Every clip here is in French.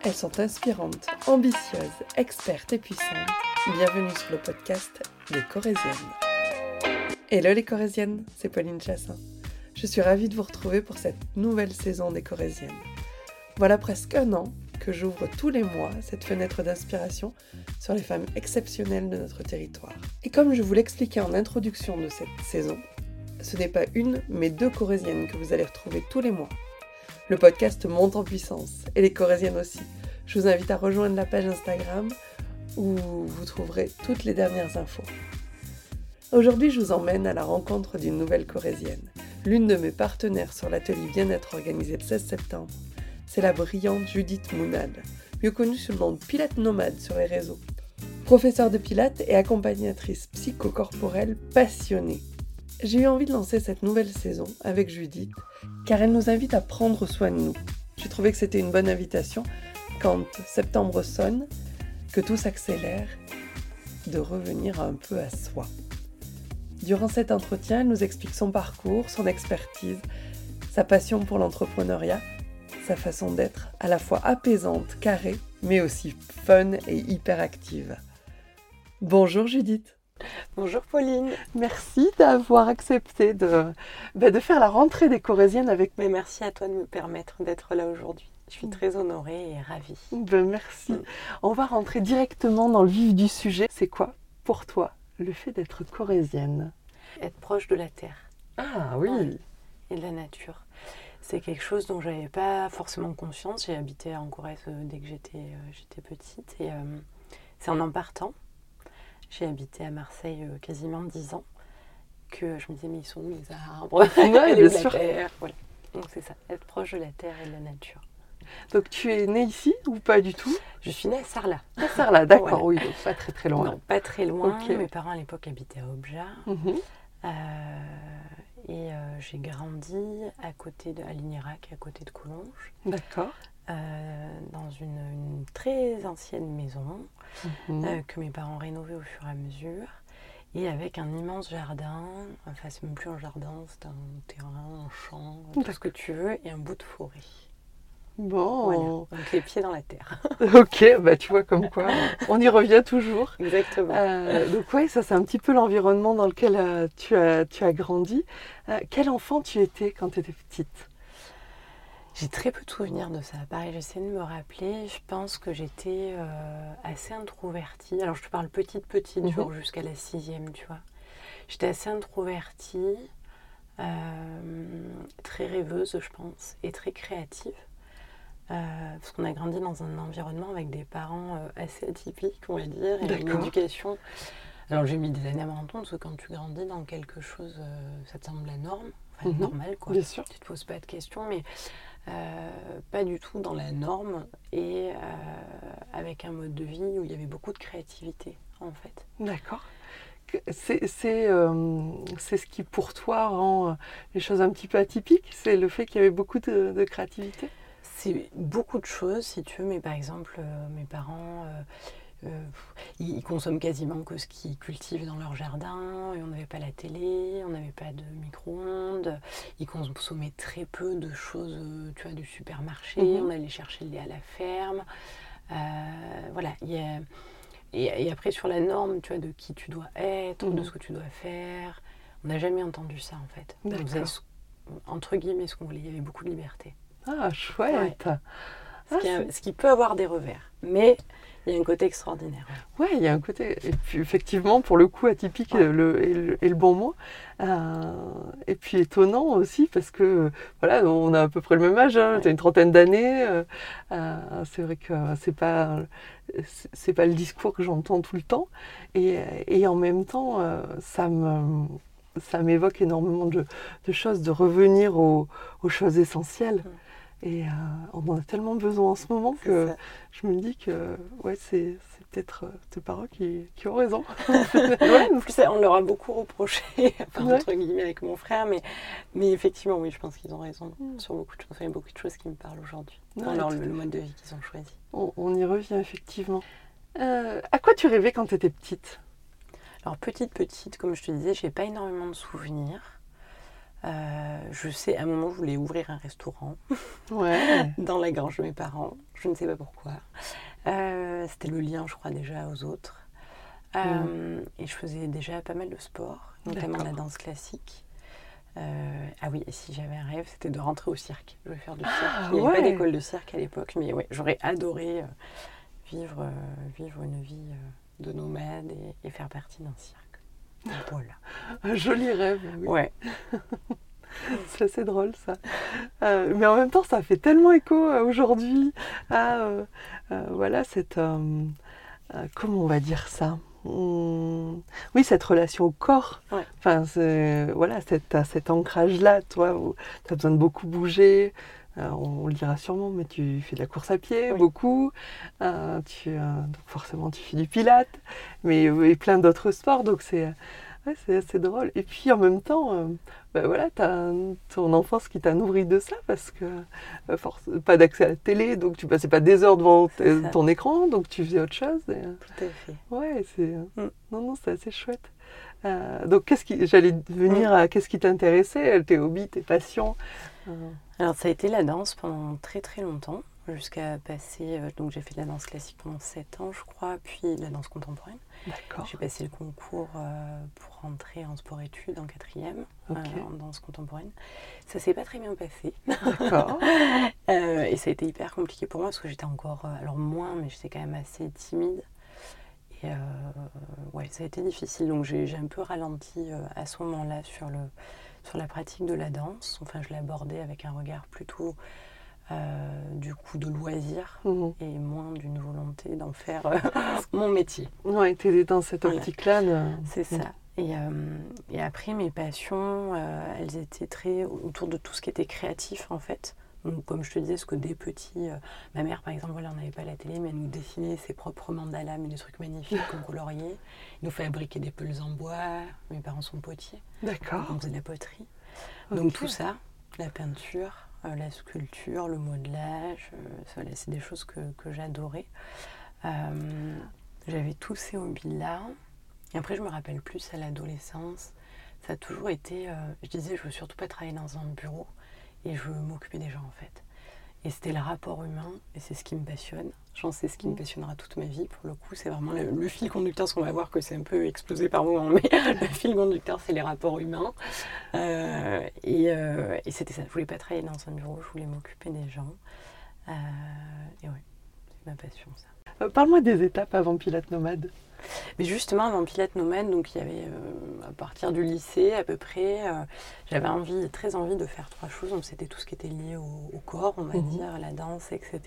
Elles sont inspirantes, ambitieuses, expertes et puissantes. Bienvenue sur le podcast des Corésiennes. Hello les Corésiennes, c'est Pauline Chassin. Je suis ravie de vous retrouver pour cette nouvelle saison des Corésiennes. Voilà presque un an que j'ouvre tous les mois cette fenêtre d'inspiration sur les femmes exceptionnelles de notre territoire. Et comme je vous l'expliquais en introduction de cette saison, ce n'est pas une, mais deux Corésiennes que vous allez retrouver tous les mois. Le podcast monte en puissance, et les Corésiennes aussi. Je vous invite à rejoindre la page Instagram où vous trouverez toutes les dernières infos. Aujourd'hui, je vous emmène à la rencontre d'une nouvelle Corésienne. L'une de mes partenaires sur l'atelier bien-être organisé le 16 septembre, c'est la brillante Judith Mounad, mieux connue sous le nom de Pilates Nomade sur les réseaux. Professeure de Pilates et accompagnatrice psychocorporelle passionnée. J'ai eu envie de lancer cette nouvelle saison avec Judith, car elle nous invite à prendre soin de nous. J'ai trouvé que c'était une bonne invitation, quand septembre sonne, que tout s'accélère, de revenir un peu à soi. Durant cet entretien, elle nous explique son parcours, son expertise, sa passion pour l'entrepreneuriat, sa façon d'être à la fois apaisante, carrée, mais aussi fun et hyper active. Bonjour Judith. Bonjour Pauline. Merci d'avoir accepté de faire la rentrée des Corésiennes avec moi. Mais merci à toi de me permettre d'être là aujourd'hui. Je suis très honorée et ravie. Merci. On va rentrer directement dans le vif du sujet. C'est quoi pour toi le fait d'être corésienne? Être proche de la terre. Ah oui. Et de la nature. C'est quelque chose dont je n'avais pas forcément conscience. J'ai habité en Corrèze dès que j'étais petite. Et c'est en partant. J'ai habité à Marseille quasiment 10 ans, que je me disais, mais ils sont où les arbres? Ouais, bien sûr. La terre, voilà. Donc c'est ça, être proche de la terre et de la nature. Donc tu es née ici ou pas du tout? Je suis née à Sarlat. À Sarlat, d'accord, Voilà. oui, donc pas très très loin. Non, pas très loin. Okay. Mes parents à l'époque habitaient à Obja. J'ai grandi à côté à Lignérac, à côté de Collonges. D'accord. Dans une très ancienne maison que mes parents rénovaient au fur et à mesure, et avec un immense jardin, enfin c'est même plus un jardin, c'est un terrain, un champ, tout ce que tu veux, et un bout de forêt. Bon. Voilà, donc les pieds dans la terre. Ok, bah tu vois comme quoi, on y revient toujours. Exactement. Donc oui, ça c'est un petit peu l'environnement dans lequel tu as grandi. Quel enfant tu étais quand tu étais petite? J'ai très peu de souvenirs de ça. Pareil, j'essaie de me rappeler. Je pense que j'étais assez introvertie. Alors, je te parle petite, genre jusqu'à la 6e, tu vois. J'étais assez introvertie, très rêveuse, je pense, et très créative. Parce qu'on a grandi dans un environnement avec des parents assez atypiques, on va dire, et une éducation. Alors, j'ai mis des années à me rendre compte que quand tu grandis dans quelque chose, ça te semble la norme, enfin normal, quoi. Bien sûr. Tu te poses pas de questions, mais pas du tout dans la norme, et avec un mode de vie où il y avait beaucoup de créativité, en fait. D'accord. C'est ce qui, pour toi, rend les choses un petit peu atypiques? C'est le fait qu'il y avait beaucoup de créativité? C'est beaucoup de choses, si tu veux, mais par exemple, mes parents... ils consomment quasiment que ce qu'ils cultivent dans leur jardin, et on n'avait pas la télé, on n'avait pas de micro-ondes, ils consommaient très peu de choses, tu vois, du supermarché, on allait chercher le lait à la ferme, voilà, et après sur la norme, tu vois, de qui tu dois être, de ce que tu dois faire, on n'a jamais entendu ça en fait. On faisait entre guillemets ce qu'on voulait, il y avait beaucoup de liberté. Ah, chouette. Ouais. Ce qui peut avoir des revers, mais il y a un côté extraordinaire. Ouais, il y a un côté, et puis effectivement, pour le coup, atypique est le bon mot. Et puis étonnant aussi, parce que, voilà, on a à peu près le même âge, hein, tu as une trentaine d'années. C'est vrai que c'est pas le discours que j'entends tout le temps. Et en même temps, ça m'évoque énormément de choses, de revenir aux choses essentielles. Et on en a tellement besoin en ce moment que je me dis que c'est peut-être tes parents qui ont raison. En plus, on leur a beaucoup reproché, entre guillemets, avec mon frère, mais effectivement, oui, je pense qu'ils ont raison sur beaucoup de choses. Il y a beaucoup de choses qui me parlent aujourd'hui, dans le mode de vie qu'ils ont choisi. On y revient, effectivement. À quoi tu rêvais quand tu étais petite? Alors, petite, comme je te disais, je n'ai pas énormément de souvenirs. Je sais, à un moment, je voulais ouvrir un restaurant dans la grange de mes parents. Je ne sais pas pourquoi. C'était le lien, je crois, déjà aux autres. Et je faisais déjà pas mal de sport, notamment la danse classique. Ah oui, et si j'avais un rêve, c'était de rentrer au cirque. Je voulais faire du cirque. Il n'y avait pas d'école de cirque à l'époque, mais ouais, j'aurais adoré vivre une vie de nomade et faire partie d'un cirque. Voilà. Un joli rêve. Oui. Ouais. C'est assez drôle ça. Mais en même temps, ça fait tellement écho aujourd'hui à voilà cette comment on va dire ça. Oui, cette relation au corps. Ouais. Enfin, voilà, cet ancrage-là, toi, où tu as besoin de beaucoup bouger. On le dira sûrement, mais tu fais de la course à pied, beaucoup. Donc forcément, tu fais du pilates, et plein d'autres sports. Donc c'est assez drôle. Et puis en même temps, voilà, tu as ton enfance qui t'a nourri de ça, parce que pas d'accès à la télé, donc tu passais pas des heures devant ton écran, donc tu faisais autre chose. Tout à fait. Ouais, non, c'est assez chouette. Donc j'allais venir à qu'est-ce qui t'intéressait, tes hobbies, tes passions. Alors ça a été la danse pendant très très longtemps, jusqu'à passer, donc j'ai fait de la danse classique pendant 7 ans je crois, puis de la danse contemporaine. D'accord. J'ai passé le concours pour rentrer en sport-études en 4e, en danse contemporaine. Ça s'est pas très bien passé. D'accord. Et ça a été hyper compliqué pour moi parce que j'étais encore, alors moins, mais j'étais quand même assez timide. Et ouais, ça a été difficile. Donc j'ai un peu ralenti à ce moment-là sur la pratique de la danse. Enfin, je l'abordais avec un regard plutôt du coup de loisir et moins d'une volonté d'en faire mon métier. Ouais, tu étais dans cette optique-là. C'est ça. Et après, mes passions, elles étaient très autour de tout ce qui était créatif en fait. Donc, comme je te disais, parce que dès petit, ma mère par exemple, voilà, on n'avait pas la télé, mais elle nous dessinait ses propres mandalas, mais des trucs magnifiques qu'on coloriait. Il nous fabriquait des peules en bois. Mes parents sont potiers. D'accord. Donc, on faisait de la poterie. Donc tout ça, la peinture, la sculpture, le modelage, voilà, c'est des choses que j'adorais. J'avais tous ces hobbies-là. Et après, je me rappelle plus à l'adolescence. Ça a toujours été... je disais, je veux surtout pas travailler dans un bureau. Et je veux m'occuper des gens, en fait. Et c'était le rapport humain. Et c'est ce qui me passionne. Je pense que c'est ce qui me passionnera toute ma vie. Pour le coup, c'est vraiment le fil conducteur. Parce qu'on va voir que c'est un peu explosé par moments. Mais le fil conducteur, c'est les rapports humains. Et c'était ça. Je voulais pas travailler dans un bureau. Je voulais m'occuper des gens. Et ouais, c'est ma passion, ça. Parle-moi des étapes avant Pilates Nomade. Mais justement, avant Pilates Nomade, donc il y avait à partir du lycée à peu près, j'avais très envie de faire 3 choses. Donc c'était tout ce qui était lié au corps, on va dire, la danse, etc.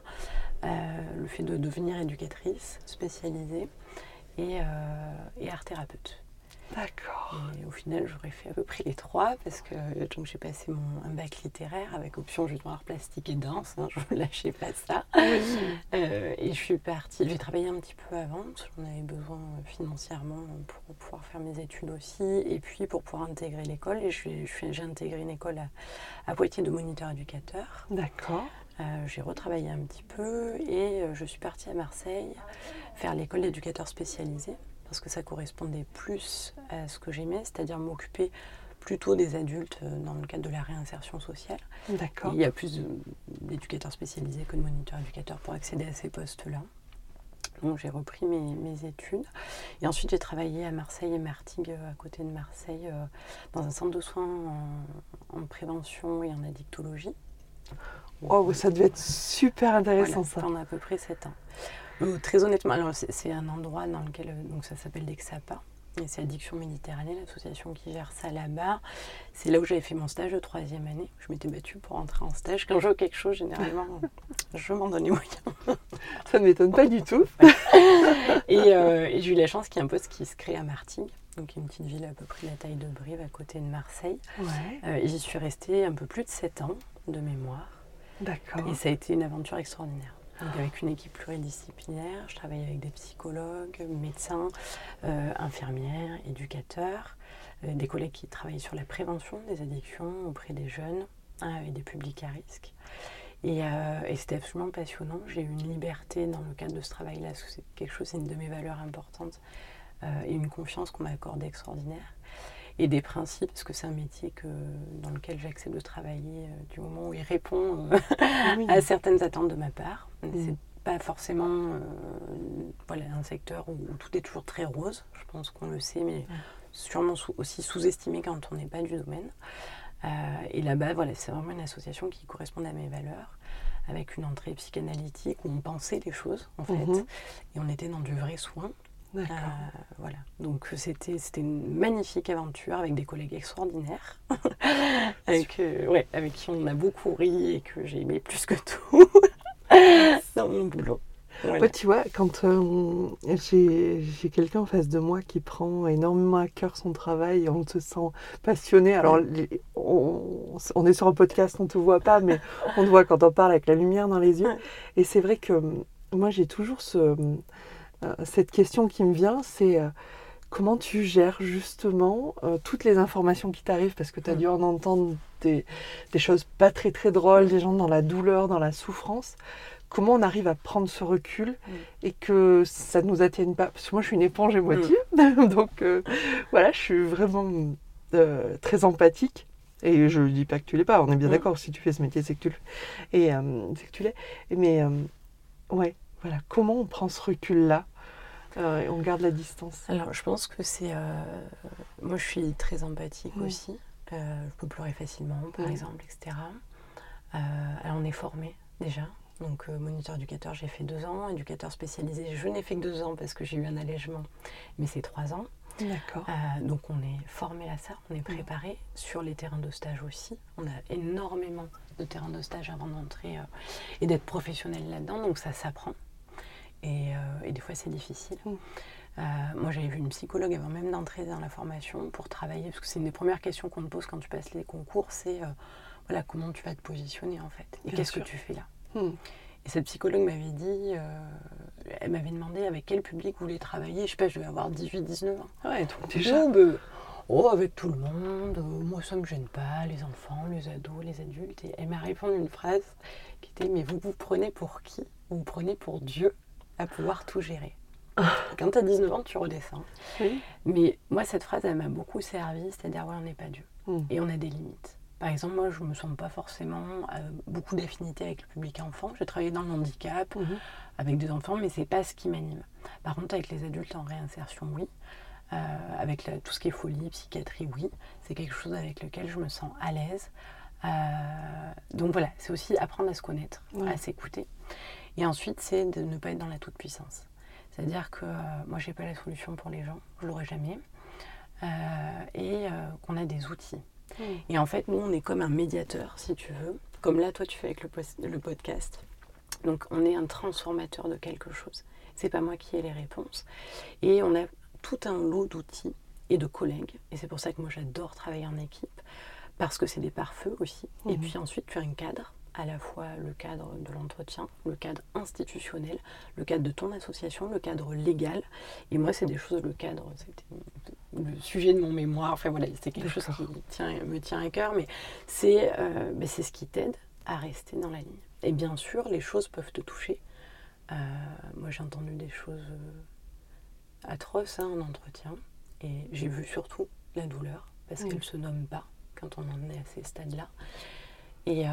Le fait de devenir éducatrice spécialisée et art thérapeute. D'accord. Et au final, j'aurais fait à peu près les 3 parce que donc, j'ai passé un bac littéraire avec option justement art plastique et danse. Hein, je ne lâchais pas ça. Et je suis partie. J'ai travaillé un petit peu avant parce que j'en avais besoin financièrement pour pouvoir faire mes études aussi et puis pour pouvoir intégrer l'école. Et j'ai intégré une école à Poitiers de moniteur éducateur. D'accord. J'ai retravaillé un petit peu et je suis partie à Marseille faire l'école d'éducateur spécialisé. Parce que ça correspondait plus à ce que j'aimais, c'est-à-dire m'occuper plutôt des adultes dans le cadre de la réinsertion sociale. D'accord. Il y a plus d'éducateurs spécialisés que de moniteurs éducateurs pour accéder à ces postes-là. Donc j'ai repris mes études. Et ensuite j'ai travaillé à Marseille et Martigues, à côté de Marseille, dans un centre de soins en prévention et en addictologie. Oh, ça devait être super intéressant, voilà, ça. Pendant à peu près 7 ans. Très honnêtement, alors c'est un endroit dans lequel donc ça s'appelle Dexapa, et c'est Addiction Méditerranée, l'association qui gère ça là-bas. C'est là où j'avais fait mon stage de 3e année. Je m'étais battue pour entrer en stage. Quand je veux quelque chose, généralement, je m'en donne les moyens. Ça ne m'étonne pas du tout. Et j'ai eu la chance qu'il y ait un poste qui se crée à Martigues, donc une petite ville à peu près la taille de Brive, à côté de Marseille. Ouais. Et j'y suis restée un peu plus de 7 ans de mémoire. D'accord. Et ça a été une aventure extraordinaire. Donc avec une équipe pluridisciplinaire, je travaillais avec des psychologues, médecins, infirmières, éducateurs, des collègues qui travaillaient sur la prévention des addictions auprès des jeunes et des publics à risque. Et c'était absolument passionnant. J'ai eu une liberté dans le cadre de ce travail-là, parce que c'est une de mes valeurs importantes, et une confiance qu'on m'a accordée extraordinaire. et des principes, parce que c'est un métier dans lequel j'accepte de travailler du moment où il répond à certaines attentes de ma part. C'est pas forcément un secteur où tout est toujours très rose, je pense qu'on le sait, mais sûrement aussi sous-estimé quand on n'est pas du domaine. Et là-bas, c'est vraiment une association qui correspond à mes valeurs, avec une entrée psychanalytique où on pensait les choses, en fait, et on était dans du vrai soin. Donc c'était une magnifique aventure avec des collègues extraordinaires, avec qui on a beaucoup ri et que j'ai aimé plus que tout dans mon boulot. Voilà. Tu vois, quand j'ai quelqu'un en face de moi qui prend énormément à cœur son travail, on se sent passionné. Alors, on est sur un podcast, on ne te voit pas, mais on te voit quand on parle avec la lumière dans les yeux. Et c'est vrai que moi, j'ai toujours cette question qui me vient, c'est comment tu gères justement toutes les informations qui t'arrivent, parce que tu as dû en entendre des choses pas très très drôles, des gens dans la douleur, dans la souffrance. Comment on arrive à prendre ce recul et que ça ne nous atteigne pas? Parce que moi, je suis une éponge émotive, donc je suis vraiment très empathique. Et je ne dis pas que tu ne l'es pas, on est bien d'accord, si tu fais ce métier, c'est que tu le fais. Et c'est que tu l'es. Mais comment on prend ce recul-là et on garde la distance? Alors, je pense que c'est... moi, je suis très empathique aussi. Je peux pleurer facilement, par exemple, etc. Alors, on est formé, déjà. Donc, moniteur éducateur, j'ai fait 2 ans. Éducateur spécialisé, je n'ai fait que 2 ans parce que j'ai eu un allègement. Mais c'est 3 ans. D'accord. Donc, on est formé à ça. On est préparé. Sur les terrains de stage aussi. On a énormément de terrains de stage avant d'entrer et d'être professionnel là-dedans. Donc, ça s'apprend. Et des fois, c'est difficile. Moi, j'avais vu une psychologue avant même d'entrer dans la formation pour travailler. Parce que c'est une des premières questions qu'on te pose quand tu passes les concours. C'est comment tu vas te positionner, en fait. Et qu'est-ce que tu fais là? Et cette psychologue m'avait dit, elle m'avait demandé avec quel public vous voulez travailler. Je ne sais pas, je devais avoir 18-19 ans. Ouais, donc déjà. Avec tout le monde, moi ça ne me gêne pas, les enfants, les ados, les adultes. Et elle m'a répondu une phrase qui était, mais vous vous prenez pour qui? Vous vous prenez pour Dieu à pouvoir tout gérer. Quand tu as 19 ans, tu redescends. Mais moi, cette phrase, elle m'a beaucoup servi, c'est-à-dire, on n'est pas Dieu. Et on a des limites. Par exemple, moi, je ne me sens pas forcément beaucoup d'affinité avec le public enfant. J'ai travaillé dans le handicap, avec des enfants, mais ce n'est pas ce qui m'anime. Par contre, avec les adultes en réinsertion, oui. Avec tout ce qui est folie, psychiatrie, oui. C'est quelque chose avec lequel je me sens à l'aise. Donc voilà, c'est aussi apprendre à se connaître, à s'écouter. Et ensuite, c'est de ne pas être dans la toute-puissance. C'est-à-dire que moi, je n'ai pas la solution pour les gens, je ne l'aurai jamais. Et qu'on a des outils. Et en fait, nous, on est comme un médiateur, si tu veux. Comme là, toi, tu fais avec le podcast. Donc, on est un transformateur de quelque chose. C'est pas moi qui ai les réponses. Et on a tout un lot d'outils et de collègues. Et c'est pour ça que moi, j'adore travailler en équipe. Parce que c'est des pare-feux aussi. Et puis ensuite, tu as un cadre. À la fois le cadre de l'entretien, le cadre institutionnel, le cadre de ton association, le cadre légal. Et moi, c'est des choses, le cadre, c'était le sujet de mon mémoire. Enfin voilà, c'est quelque chose qui me tient à cœur, mais c'est ce qui t'aide à rester dans la ligne. Et bien sûr, les choses peuvent te toucher. Moi, j'ai entendu des choses atroces en entretien. Et j'ai vu surtout la douleur, parce qu'elle ne se nomme pas quand on en est à ces stades-là. Et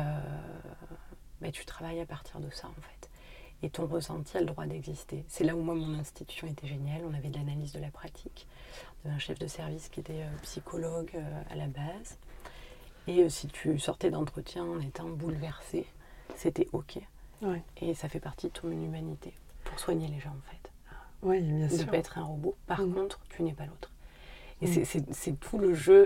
tu travailles à partir de ça, en fait. Et ton ressenti a le droit d'exister. C'est là où moi, mon institution était géniale. On avait de l'analyse de la pratique. On avait un chef de service qui était psychologue à la base. Et si tu sortais d'entretien en étant bouleversé, c'était OK. Et ça fait partie de ton humanité pour soigner les gens, en fait. Oui, bien sûr. De ne pas être un robot. Par contre, tu n'es pas l'autre. Et c'est tout le jeu...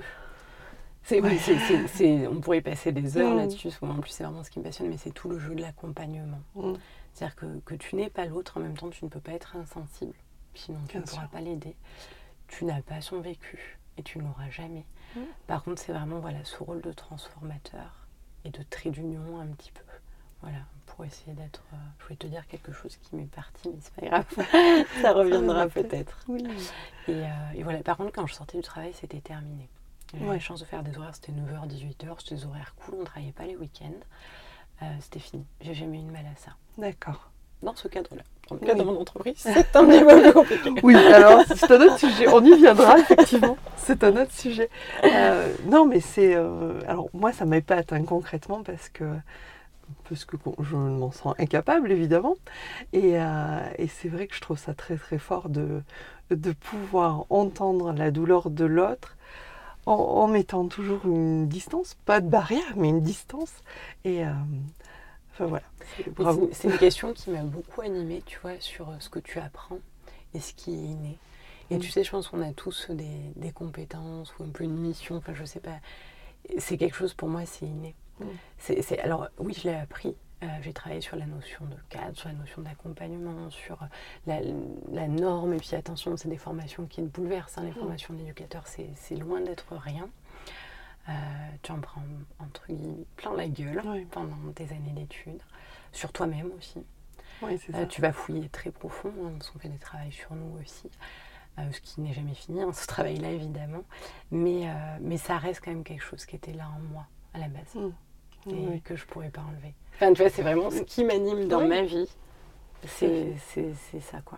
on pourrait passer des heures là-dessus, en plus c'est vraiment ce qui me passionne, mais c'est tout le jeu de l'accompagnement. C'est-à-dire que tu n'es pas l'autre, en même temps tu ne peux pas être insensible, sinon tu ne pourras pas l'aider. Tu n'as pas son vécu et tu ne l'auras jamais. Par contre, c'est vraiment ce rôle de transformateur et de trait d'union un petit peu. Voilà, pour essayer d'être... je voulais te dire quelque chose qui m'est parti, mais c'est pas grave, ça reviendra peut-être. Et voilà, par contre, quand je sortais du travail, c'était terminé. J'ai eu la chance de faire des horaires, c'était 9h, 18h, c'était des horaires cool, on ne travaillait pas les week-ends. C'était fini. J'ai jamais eu de mal à ça. D'accord. dans ce cadre-là. Dans le cadre de mon entreprise, c'est un petit peu plus compliqué. Oui, alors c'est un autre sujet. On y viendra, effectivement. C'est un autre sujet. Non, mais c'est... alors, moi, ça m'épate concrètement parce que je m'en sens incapable, évidemment. Et c'est vrai que je trouve ça très, très fort de pouvoir entendre la douleur de l'autre en mettant toujours une distance, pas de barrière, mais une distance. Et enfin, voilà. Bravo. C'est une question qui m'a beaucoup animée, tu vois, sur ce que tu apprends et ce qui est inné. Et tu sais, je pense qu'on a tous des compétences ou un peu une mission, enfin, je sais pas. C'est quelque chose, pour moi, c'est inné. Alors, oui, je l'ai appris. J'ai travaillé sur la notion de cadre, sur la notion d'accompagnement, sur la norme. Et puis, attention, c'est des formations qui te bouleversent. Les formations d'éducateurs, c'est loin d'être rien. Tu en prends, entre guillemets, plein la gueule pendant des années d'études. Sur toi-même aussi. Oui, c'est ça. Tu vas fouiller très profond, parce qu'on fait des travaux sur nous aussi. Ce qui n'est jamais fini, ce travail-là, évidemment. Mais ça reste quand même quelque chose qui était là en moi, à la base. Et que je ne pourrais pas enlever. Enfin, tu vois, c'est vraiment ce qui m'anime dans ma vie. C'est ça, quoi.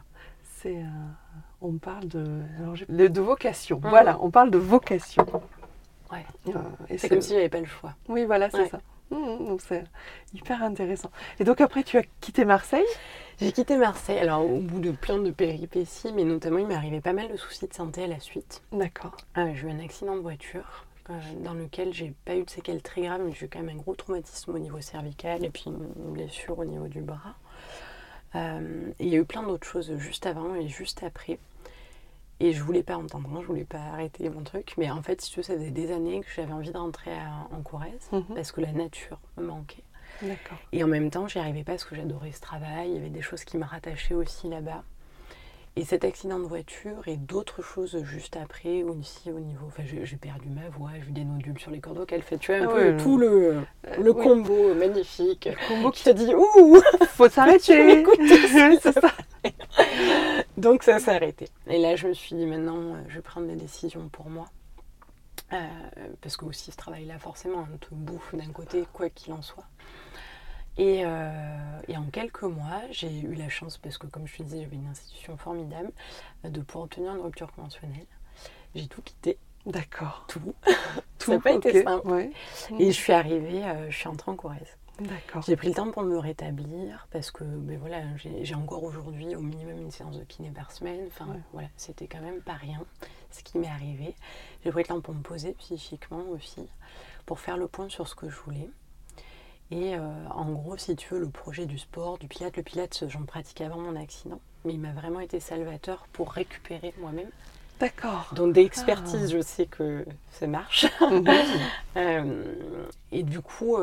On parle de vocation. Voilà, on parle de vocation. Ouais. C'est comme si j'avais pas le choix. Oui, voilà, c'est ça. Donc c'est hyper intéressant. Et donc après, tu as quitté Marseille ? J'ai quitté Marseille, alors au bout de plein de péripéties, mais notamment il m'est arrivé pas mal de soucis de santé à la suite. D'accord. J'ai eu un accident de voiture dans lequel j'ai pas eu de séquelles très graves, mais j'ai eu quand même un gros traumatisme au niveau cervical et puis une blessure au niveau du bras. Et il y a eu plein d'autres choses juste avant et juste après. Et je voulais pas entendre, je voulais pas arrêter mon truc. Mais en fait, si tu veux, ça faisait des années que j'avais envie de rentrer en Corrèze parce que la nature me manquait. D'accord. Et en même temps, j'y arrivais pas parce que j'adorais ce travail. Il y avait des choses qui me rattachaient aussi là-bas. Et cet accident de voiture et d'autres choses juste après, aussi au niveau... Enfin, j'ai perdu ma voix, j'ai eu des nodules sur les cordes vocales. Fait, tu vois, un peu tout le combo magnifique. Le combo qui te dit « Ouh, faut s'arrêter !» C'est ça. Donc ça s'est arrêté. Et là, je me suis dit, maintenant, je vais prendre des décisions pour moi. Parce que aussi, ce travail-là, forcément, on te bouffe d'un côté, quoi qu'il en soit. Et en quelques mois, j'ai eu la chance, parce que comme je te disais, j'avais une institution formidable, de pouvoir obtenir une rupture conventionnelle. J'ai tout quitté. D'accord. Tout. Ça n'a pas été simple. Ouais. Et je suis arrivée, je suis entrée en Corrèze. D'accord. J'ai pris le temps pour me rétablir parce que voilà, j'ai encore aujourd'hui au minimum une séance de kiné par semaine. Enfin, voilà, c'était quand même pas rien ce qui m'est arrivé. J'ai pris le temps pour me poser psychiquement aussi, pour faire le point sur ce que je voulais. Et en gros, si tu veux, le projet du sport, du pilates, le pilates, j'en pratiquais avant mon accident, mais il m'a vraiment été salvateur pour récupérer moi-même. D'accord. Donc d'expertise, je sais que ça marche. Et du coup,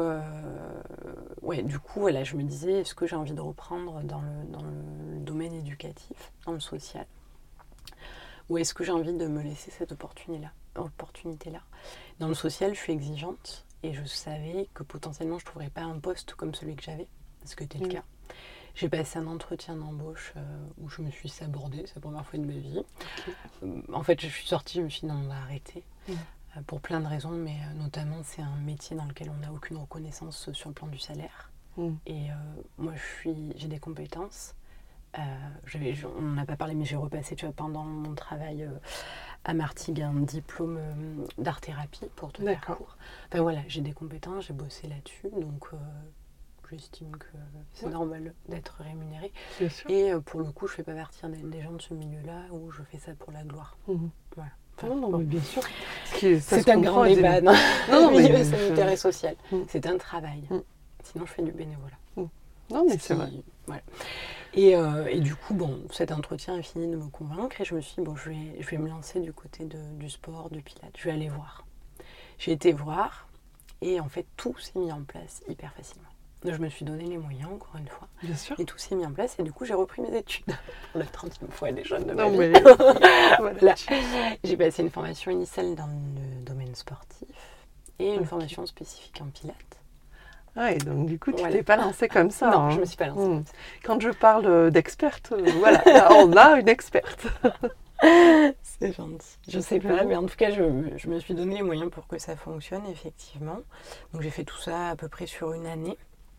voilà, je me disais, est-ce que j'ai envie de reprendre dans le domaine éducatif, dans le social, ou est-ce que j'ai envie de me laisser cette opportunité-là. Dans le social, je suis exigeante et je savais que potentiellement je ne trouverais pas un poste comme celui que j'avais, ce qui était le cas. J'ai passé un entretien d'embauche où je me suis sabordée, c'est la première fois de ma vie. En fait, je suis sortie, je me suis dit non, on va arrêter. Pour plein de raisons, mais notamment c'est un métier dans lequel on n'a aucune reconnaissance sur le plan du salaire. Et moi, j'ai des compétences. On n'a pas parlé, mais j'ai repassé, tu vois, pendant mon travail à Martigues un diplôme d'art-thérapie pour te faire court. Enfin voilà, j'ai des compétences, j'ai bossé là-dessus, donc j'estime que c'est normal d'être rémunérée. Bien sûr. Et pour le coup, je ne fais pas partie des gens de ce milieu-là où je fais ça pour la gloire. Voilà. Enfin, non, mais bien sûr. C'est un grand débat. Non, mais sanitaire et social. C'est un travail. Sinon, je fais du bénévolat. Non, mais c'est vrai. Voilà. Et du coup, bon, cet entretien a fini de me convaincre et je me suis dit, bon, je vais me lancer du côté du sport, du pilates. Je vais aller voir. J'ai été voir et en fait, tout s'est mis en place hyper facilement. Je me suis donné les moyens, encore une fois. Bien sûr. Et tout s'est mis en place et du coup, j'ai repris mes études. Pour la 30e fois déjà de ma vie. Mais... voilà. J'ai passé une formation initiale dans le domaine sportif et une formation spécifique en pilates. Ouais, donc du coup, tu t'es pas lancée comme ça. Non, je me suis pas lancée comme ça. Quand je parle d'experte, voilà, là, on a une experte. C'est gentil. Je sais pas, mais en tout cas, je me suis donné les moyens pour que ça fonctionne, effectivement. Donc j'ai fait tout ça à peu près sur une année.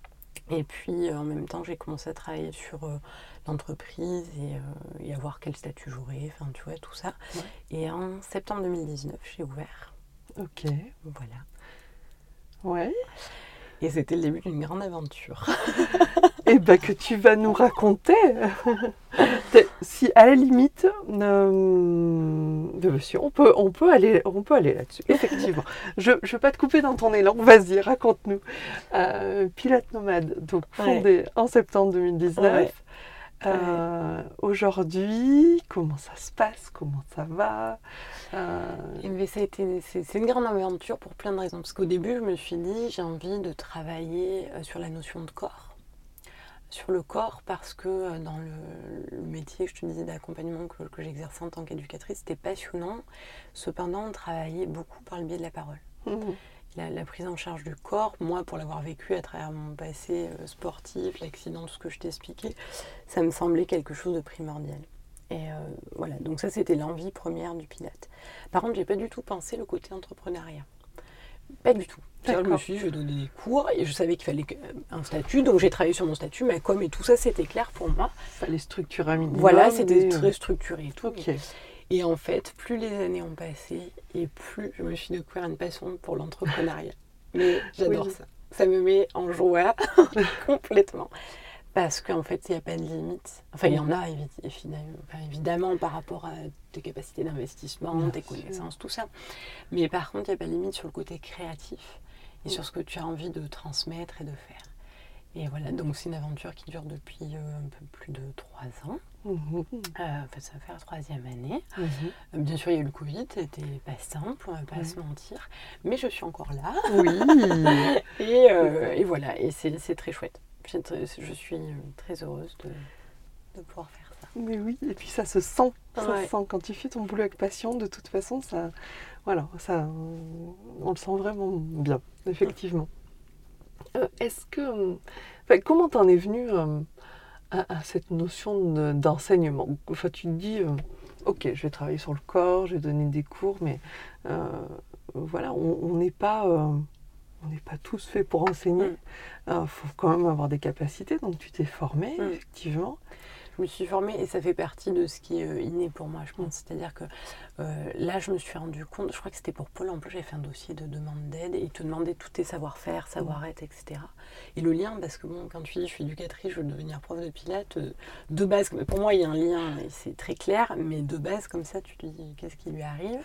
Et puis en même temps, j'ai commencé à travailler sur l'entreprise et à voir quel statut j'aurais, enfin tu vois, tout ça. Ouais. Et en septembre 2019, j'ai ouvert. Ok. Voilà. Ouais. Et c'était le début d'une grande aventure. Et que tu vas nous raconter. Si à la limite, si, on peut aller là-dessus, effectivement. Je ne vais pas te couper dans ton élan, vas-y, raconte-nous. Pilates Nomade, donc fondé en septembre 2019. Aujourd'hui, comment ça se passe, comment ça va Mais c'est une grande aventure pour plein de raisons. Parce qu'au début, je me suis dit, j'ai envie de travailler sur la notion de corps. Sur le corps, parce que dans le métier que je te disais d'accompagnement que j'exerçais en tant qu'éducatrice, c'était passionnant. Cependant, on travaillait beaucoup par le biais de la parole. La prise en charge du corps, moi, pour l'avoir vécu à travers mon passé sportif, l'accident, tout ce que je t'ai expliqué, ça me semblait quelque chose de primordial. Et voilà, donc ça, c'était l'envie première du Pilate. Par contre, j'ai pas du tout pensé le côté entrepreneuriat. Pas du tout. Je me suis dit, je vais donner des cours et je savais qu'il fallait un statut, donc j'ai travaillé sur mon statut, ma com et tout ça, c'était clair pour moi. Il fallait structurer un minimum. Voilà, c'était très structuré et tout. Okay. Et en fait, plus les années ont passé et plus je me suis découvert une passion pour l'entrepreneuriat. Mais j'adore ça. Ça me met en joie complètement. Parce qu'en fait, il n'y a pas de limite. Enfin, il y en a évidemment par rapport à tes capacités d'investissement, tes connaissances, tout ça. Mais par contre, il n'y a pas de limite sur le côté créatif et sur ce que tu as envie de transmettre et de faire. Et voilà, donc c'est une aventure qui dure depuis un peu plus de 3 ans. Ça va faire la 3e année. Bien sûr, il y a eu le Covid, c'était pas simple, on va pas se mentir. Mais je suis encore là. Oui. et voilà, et c'est très chouette. Je suis très heureuse de pouvoir faire ça. Mais oui, et puis ça se sent, se sent. Quand tu fais ton boulot avec passion, de toute façon, ça, voilà, ça, on le sent vraiment bien, effectivement. Comment t'en es venue à cette notion d'enseignement? Enfin, tu te dis, ok, je vais travailler sur le corps, je vais donner des cours, mais voilà, on n'est pas tous faits pour enseigner. Il faut quand même avoir des capacités, donc tu t'es formée, effectivement. Je me suis formée et ça fait partie de ce qui est inné pour moi, je pense. C'est-à-dire que là, je me suis rendu compte, je crois que c'était pour Pôle emploi, j'avais fait un dossier de demande d'aide et ils te demandaient tous tes savoir-faire, savoir-être, etc. Et le lien, parce que bon, quand tu dis je suis éducatrice, je veux devenir prof de pilates, de base, pour moi, il y a un lien, et c'est très clair, mais de base, comme ça, tu te dis qu'est-ce qui lui arrive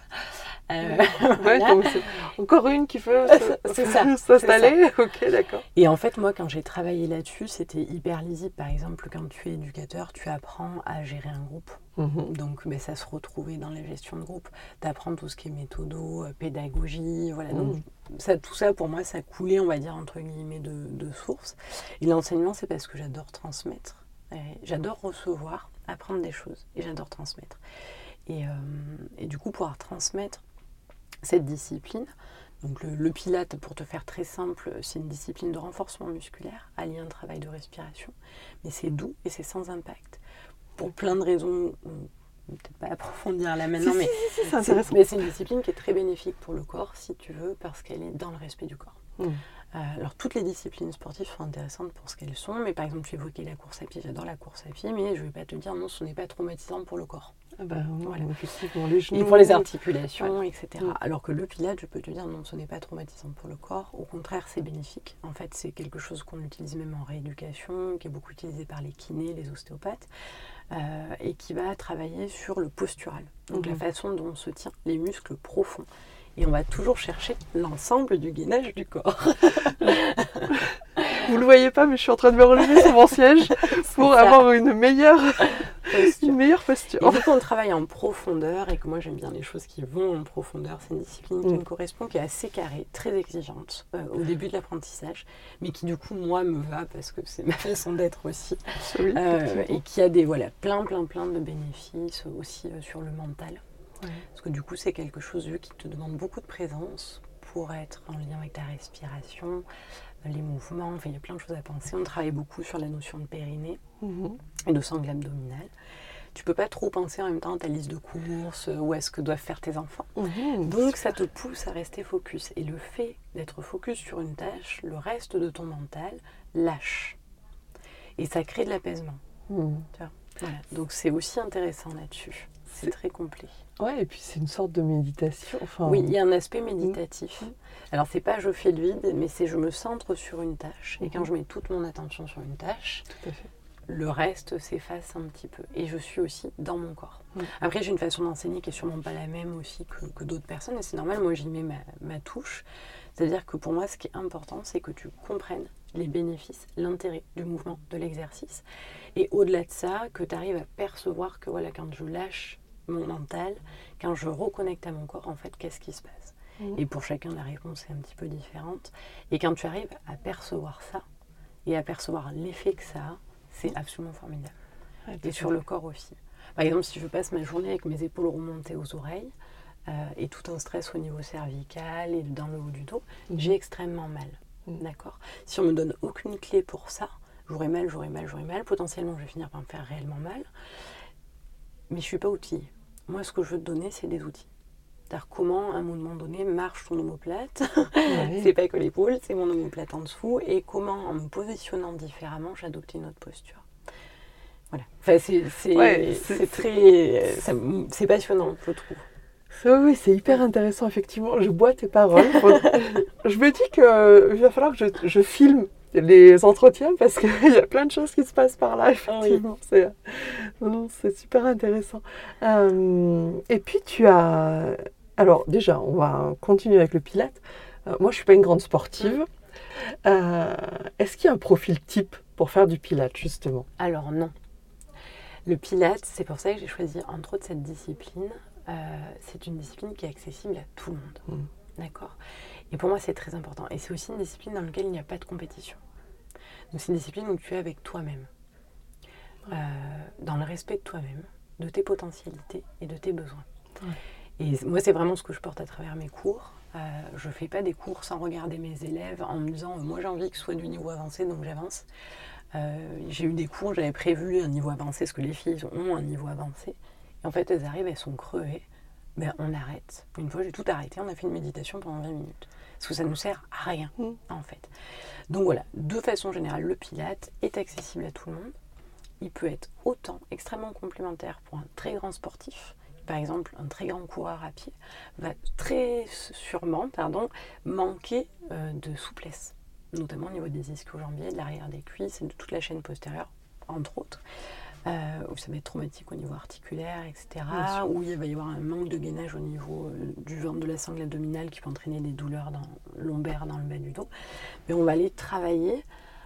donc c'est encore une qui veut s'installer. Ok, d'accord. Et en fait, moi, quand j'ai travaillé là-dessus, c'était hyper lisible. Par exemple, quand tu es éducateur, tu apprends à gérer un groupe. Donc, ça se retrouvait dans la gestion de groupe. Tu apprends tout ce qui est méthodo, pédagogie, voilà. Donc, tout ça, pour moi, ça coulait, on va dire, entre guillemets, de source. Et l'enseignement, c'est parce que j'adore transmettre. J'adore recevoir, apprendre des choses. Et j'adore transmettre. Et du coup, pouvoir transmettre cette discipline. Donc le Pilate, pour te faire très simple, c'est une discipline de renforcement musculaire, allié à un travail de respiration, mais c'est doux et c'est sans impact. Pour plein de raisons, peut-être pas approfondir là maintenant, mais c'est intéressant. Mais c'est une discipline qui est très bénéfique pour le corps, si tu veux, parce qu'elle est dans le respect du corps. Alors toutes les disciplines sportives sont intéressantes pour ce qu'elles sont, mais par exemple tu évoquais la course à pied, j'adore la course à pied, mais je ne vais pas te dire non, ce n'est pas traumatisant pour le corps. Voilà. Effectivement, les genoux, et pour les articulations, etc. Alors que le Pilate, je peux te dire non, ce n'est pas traumatisant pour le corps, au contraire c'est bénéfique. En fait c'est quelque chose qu'on utilise même en rééducation, qui est beaucoup utilisé par les kinés, les ostéopathes, et qui va travailler sur le postural, donc la façon dont on se tient, les muscles profonds. Et on va toujours chercher l'ensemble du gainage du corps. Vous ne le voyez pas, mais je suis en train de me relever sur mon siège pour avoir une meilleure posture. Et du coup, on travaille en profondeur, et que moi j'aime bien les choses qui vont en profondeur. C'est une discipline qui me correspond, qui est assez carrée, très exigeante au début de l'apprentissage, mais qui du coup, moi, me va parce que c'est ma façon d'être aussi. Et qui a plein de bénéfices aussi sur le mental. Parce que du coup, c'est quelque chose qui te demande beaucoup de présence pour être en lien avec ta respiration, les mouvements, il y a plein de choses à penser. On travaille beaucoup sur la notion de périnée et de sangle abdominale. tu peux pas trop penser en même temps à ta liste de courses ou à ce que doivent faire tes enfants. Donc ça te pousse à rester focus. Et le fait d'être focus sur une tâche, le reste de ton mental lâche. Et ça crée de l'apaisement. Tu vois, voilà. Donc c'est aussi intéressant là-dessus. C'est très complet. Ouais, et puis c'est une sorte de méditation. Oui, il y a un aspect méditatif. Alors c'est pas je fais le vide, mais c'est je me centre sur une tâche. Et quand je mets toute mon attention sur une tâche, tout à fait. Le reste s'efface un petit peu. Et je suis aussi dans mon corps. Après, j'ai une façon d'enseigner qui n'est sûrement pas la même aussi que d'autres personnes. Et c'est normal, moi j'y mets ma touche. C'est-à-dire que pour moi, ce qui est important, c'est que tu comprennes les bénéfices, l'intérêt du mouvement, de l'exercice. Et au-delà de ça, que tu arrives à percevoir que voilà, quand je lâche mon mental, quand je reconnecte à mon corps, en fait, qu'est-ce qui se passe ? Et pour chacun, la réponse est un petit peu différente. Et quand tu arrives à percevoir ça, et à percevoir l'effet que ça a, c'est absolument formidable. Et sur le corps aussi. Par exemple, si je passe ma journée avec mes épaules remontées aux oreilles et tout un stress au niveau cervical et dans le haut du dos, j'ai extrêmement mal. D'accord ? Si on ne me donne aucune clé pour ça, j'aurai mal. Potentiellement, je vais finir par me faire réellement mal. Mais je ne suis pas outillée. Moi, ce que je veux te donner, c'est des outils. C'est-à-dire comment, à un moment donné, marche ton omoplate. C'est pas que l'épaule, c'est mon omoplate en dessous. Et comment, en me positionnant différemment, j'adopte une autre posture. Voilà. Enfin, c'est passionnant, je trouve. Oui, c'est hyper intéressant, effectivement. Je bois tes paroles. Je me dis qu'il va falloir que je filme les entretiens parce qu'il y a plein de choses qui se passent par là, effectivement. C'est super intéressant. Et puis, tu as... Alors, déjà, on va continuer avec le Pilates. Moi, je ne suis pas une grande sportive. Est-ce qu'il y a un profil type pour faire du Pilates, justement ? Alors, non. Le Pilates, c'est pour ça que j'ai choisi, entre autres, cette discipline. C'est une discipline qui est accessible à tout le monde. D'accord ? Et pour moi, c'est très important. Et c'est aussi une discipline dans laquelle il n'y a pas de compétition. Donc, c'est une discipline où tu es avec toi-même. Dans le respect de toi-même, de tes potentialités et de tes besoins. Et moi, c'est vraiment ce que je porte à travers mes cours. Je ne fais pas des cours sans regarder mes élèves en me disant moi j'ai envie que ce soit du niveau avancé, donc j'avance. J'ai eu des cours, j'avais prévu un niveau avancé, parce que les filles ont un niveau avancé. Et en fait, elles arrivent, elles sont crevées. Ben, on arrête. Une fois, j'ai tout arrêté, on a fait une méditation pendant 20 minutes. Parce que ça ne nous sert à rien, en fait. Donc voilà, de façon générale, le Pilates est accessible à tout le monde. Il peut être autant extrêmement complémentaire pour un très grand sportif. Par exemple, un très grand coureur à pied va très sûrement manquer de souplesse, notamment au niveau des ischio-jambiers, de l'arrière des cuisses et de toute la chaîne postérieure, entre autres. Où ça va être traumatique au niveau articulaire, etc. Où il va y avoir un manque de gainage au niveau du ventre, de la sangle abdominale qui peut entraîner des douleurs lombaires dans le bas du dos. Mais on va aller travailler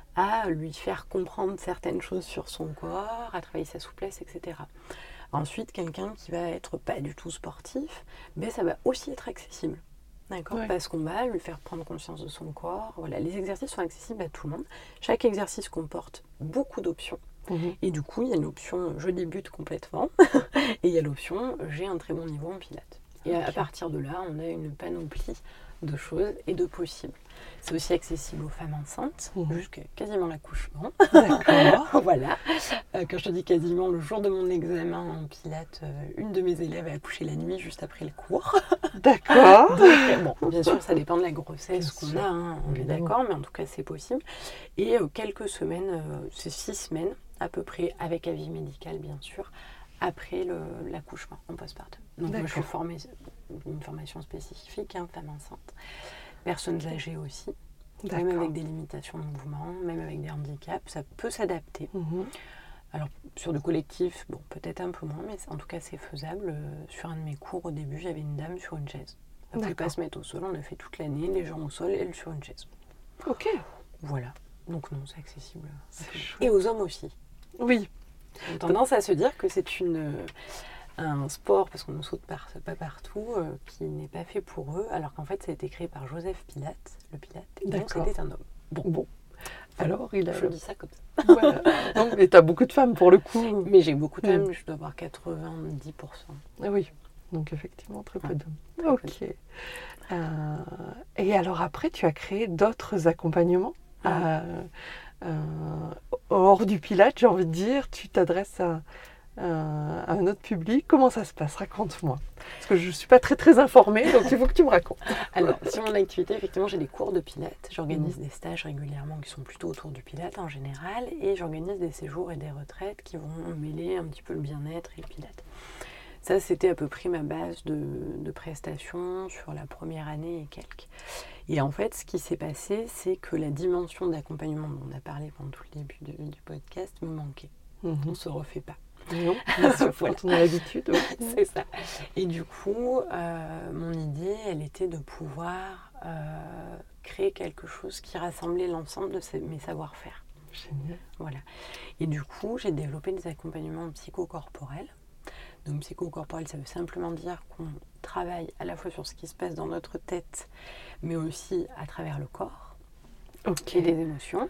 à lui faire comprendre certaines choses sur son corps, à travailler sa souplesse, etc. Ensuite, quelqu'un qui va être pas du tout sportif, ben ça va aussi être accessible. D'accord ? Parce qu'on va lui faire prendre conscience de son corps. Voilà, les exercices sont accessibles à tout le monde. Chaque exercice comporte beaucoup d'options. Et du coup, il y a l'option je débute complètement et il y a l'option j'ai un très bon niveau en Pilates. Et à partir de là, on a une panoplie de choses et de possibles. C'est aussi accessible aux femmes enceintes jusqu'à quasiment l'accouchement. D'accord. Voilà. Quand je te dis quasiment, le jour de mon examen en Pilates, une de mes élèves a accouché la nuit juste après le cours. D'accord. Donc, bon, bien sûr, ça dépend de la grossesse qu'on a, on est d'accord, mais en tout cas, c'est possible. Et quelques semaines, c'est 6 semaines à peu près, avec avis médical, bien sûr, après l'accouchement en postpartum. Donc, moi, je suis formée, une formation spécifique, femme enceinte. Personnes âgées aussi, même avec des limitations de mouvement, même avec des handicaps, ça peut s'adapter. Alors, sur du collectif, bon, peut-être un peu moins, mais en tout cas, c'est faisable. Sur un de mes cours, au début, j'avais une dame sur une chaise. Elle ne pouvait pas se mettre au sol, on l'a fait toute l'année, les gens au sol, elle sur une chaise. Ok. Voilà. Donc non, c'est accessible. Et aux hommes aussi. Oui. On a tendance à se dire que c'est un sport, parce qu'on ne saute pas partout, qui n'est pas fait pour eux, alors qu'en fait, ça a été créé par Joseph Pilate, le Pilate, et donc c'était un homme. Bon. Alors, je dis ça comme ça. Voilà. Non, mais tu as beaucoup de femmes pour le coup. Mais j'ai beaucoup de femmes, je dois avoir 90%. Ah oui, donc effectivement, très peu d'hommes. Ok. Et alors après, tu as créé d'autres accompagnements hors du Pilates, j'ai envie de dire. Tu t'adresses à un autre public. Comment ça se passe? Raconte-moi. Parce que je ne suis pas très très informée, donc il faut que tu me racontes. Alors, sur mon activité, effectivement, j'ai des cours de pilates. J'organise des stages régulièrement qui sont plutôt autour du pilates en général. Et j'organise des séjours et des retraites qui vont mêler un petit peu le bien-être et le pilates. Ça, c'était à peu près ma base de prestations sur la première année et quelques. Et en fait, ce qui s'est passé, c'est que la dimension d'accompagnement dont on a parlé pendant tout le début du podcast me manquait. On ne se refait pas. Non, bien sûr, voilà. Quand on a l'habitude. Oui. C'est ça. Et du coup, mon idée, elle était de pouvoir créer quelque chose qui rassemblait l'ensemble de mes savoir-faire. Génial. Voilà. Et du coup, j'ai développé des accompagnements psychocorporels. Donc psychocorporel, ça veut simplement dire qu'on travaille à la fois sur ce qui se passe dans notre tête, mais aussi à travers le corps et les émotions.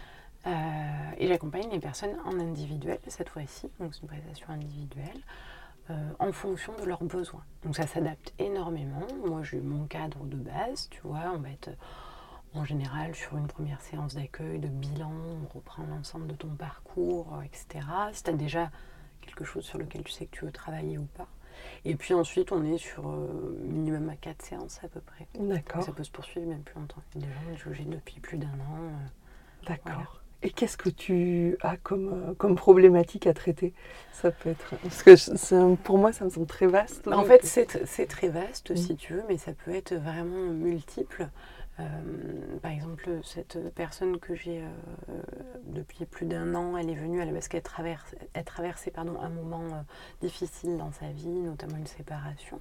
Et j'accompagne les personnes en individuel cette fois-ci, donc c'est une prestation individuelle, en fonction de leurs besoins. Donc ça s'adapte énormément. Moi, j'ai mon cadre de base, tu vois, on va être en général sur une première séance d'accueil, de bilan, on reprend l'ensemble de ton parcours, etc. Si tu as déjà quelque chose sur lequel tu sais que tu veux travailler ou pas. Et puis ensuite, on est sur minimum à 4 séances à peu près. D'accord. Et ça peut se poursuivre même plus longtemps. Il y a des gens jugés depuis plus d'1 an. D'accord. Voilà. Et qu'est-ce que tu as comme problématique à traiter? Ça peut être... Parce que pour moi, ça me semble très vaste. En fait, c'est très vaste, si tu veux, mais ça peut être vraiment multiple. Par exemple, cette personne que j'ai depuis plus d'1 an, elle est venue à la base qu'elle traversait un moment difficile dans sa vie, notamment une séparation.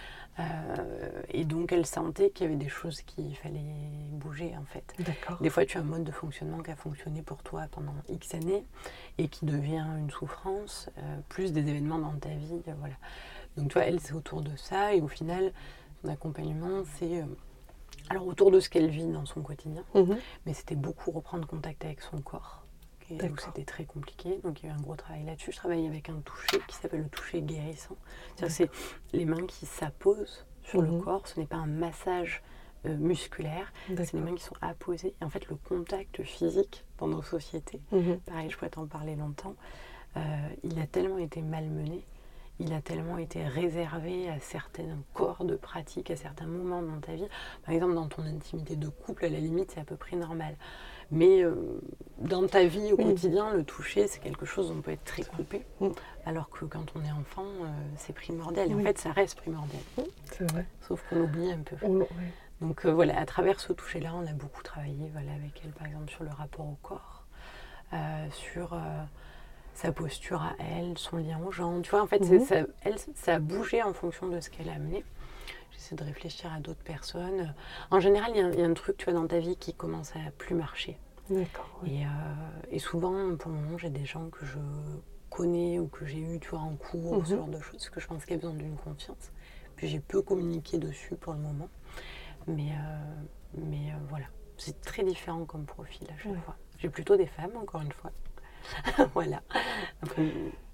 Et donc, elle sentait qu'il y avait des choses qu'il fallait bouger, en fait. D'accord. Des fois, tu as un mode de fonctionnement qui a fonctionné pour toi pendant X années et qui devient une souffrance, plus des événements dans ta vie. Voilà. Donc, tu vois, elle, c'est autour de ça. Et au final, son accompagnement, c'est... alors autour de ce qu'elle vit dans son quotidien, mais c'était beaucoup reprendre contact avec son corps. Donc c'était très compliqué, donc il y a eu un gros travail là-dessus. Je travaille avec un toucher qui s'appelle le toucher guérissant. C'est les mains qui s'apposent sur le corps, ce n'est pas un massage musculaire, c'est les mains qui sont apposées. Et en fait, le contact physique dans nos sociétés, pareil, je pourrais t'en parler longtemps, il a tellement été malmené. Il a tellement été réservé à certains corps de pratique, à certains moments dans ta vie. Par exemple, dans ton intimité de couple, à la limite, c'est à peu près normal. Mais dans ta vie au quotidien, le toucher, c'est quelque chose dont on peut être très coupé. Alors que quand on est enfant, c'est primordial. Et en fait, ça reste primordial. C'est vrai. Sauf qu'on oublie un peu. Donc voilà, à travers ce toucher-là, on a beaucoup travaillé avec elle, par exemple, sur le rapport au corps, sur... sa posture à elle, son lien aux gens. Tu vois, en fait, ça a bougé en fonction de ce qu'elle a amené. J'essaie de réfléchir à d'autres personnes. En général, il y a un truc, tu vois, dans ta vie qui commence à plus marcher. D'accord. Oui. Et souvent, pour le moment, j'ai des gens que je connais ou que j'ai eu, tu vois, en cours, ce genre de choses, parce que je pense qu'il y a besoin d'une confiance. Puis j'ai peu communiqué dessus pour le moment. Mais voilà, c'est très différent comme profil à chaque fois. J'ai plutôt des femmes, encore une fois. Voilà. Après,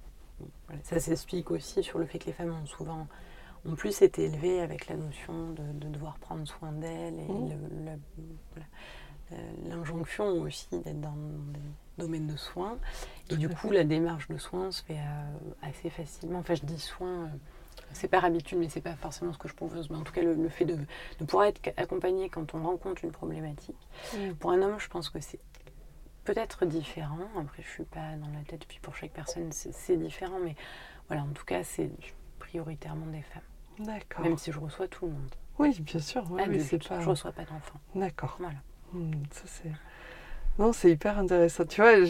ça s'explique aussi sur le fait que les femmes ont plus été élevées avec la notion de devoir prendre soin d'elles et l'injonction aussi d'être dans des domaines de soins. Et du coup, la démarche de soins se fait assez facilement. Enfin, je dis soins, c'est par habitude, mais c'est pas forcément ce que je propose. Mais en tout cas, le fait de pouvoir être accompagné quand on rencontre une problématique. Pour un homme, je pense que c'est peut-être différent. Après, je suis pas dans la tête. Puis pour chaque personne, c'est différent. Mais voilà, en tout cas, c'est prioritairement des femmes. D'accord. Même si je reçois tout le monde. Oui, bien sûr. Oui, je reçois pas d'enfants. D'accord. Voilà. Ça c'est... Non, c'est hyper intéressant. Tu vois,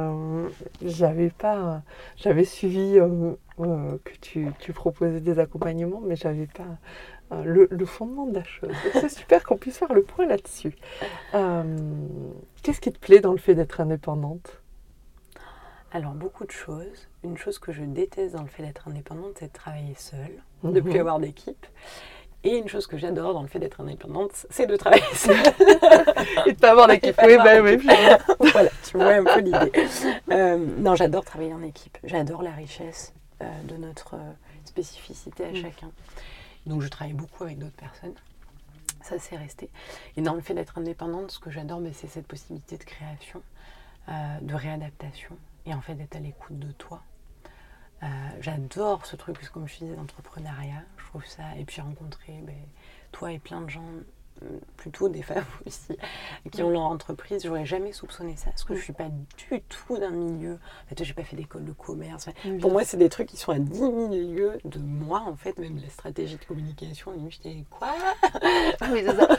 j'avais suivi que tu proposais des accompagnements, mais j'avais pas le fondement de la chose. Donc, c'est super qu'on puisse faire le point là-dessus. Qu'est-ce qui te plaît dans le fait d'être indépendante? Alors, beaucoup de choses. Une chose que je déteste dans le fait d'être indépendante, c'est de travailler seule, de ne plus avoir d'équipe. Et une chose que j'adore dans le fait d'être indépendante, c'est de travailler seule. Et de ne pas avoir d'équipe. Oui, voilà, tu vois un peu l'idée. Non, j'adore travailler en équipe. J'adore la richesse de notre spécificité à chacun. Donc, je travaille beaucoup avec d'autres personnes. Ça, c'est resté. Et dans le fait d'être indépendante, ce que j'adore, c'est cette possibilité de création, de réadaptation. Et en fait, d'être à l'écoute de toi. J'adore ce truc, comme je disais, d'entrepreneuriat. Je trouve ça. Et puis rencontrer toi et plein de gens, plutôt des femmes aussi, qui ont leur entreprise. J'aurais jamais soupçonné ça, parce que je suis pas du tout d'un milieu. En fait, j'ai pas fait d'école de commerce. Pour moi, c'est des trucs qui sont à 10 000 lieues de moi, en fait. Même la stratégie de communication. Et j'étais quoi? Oui, c'est ça.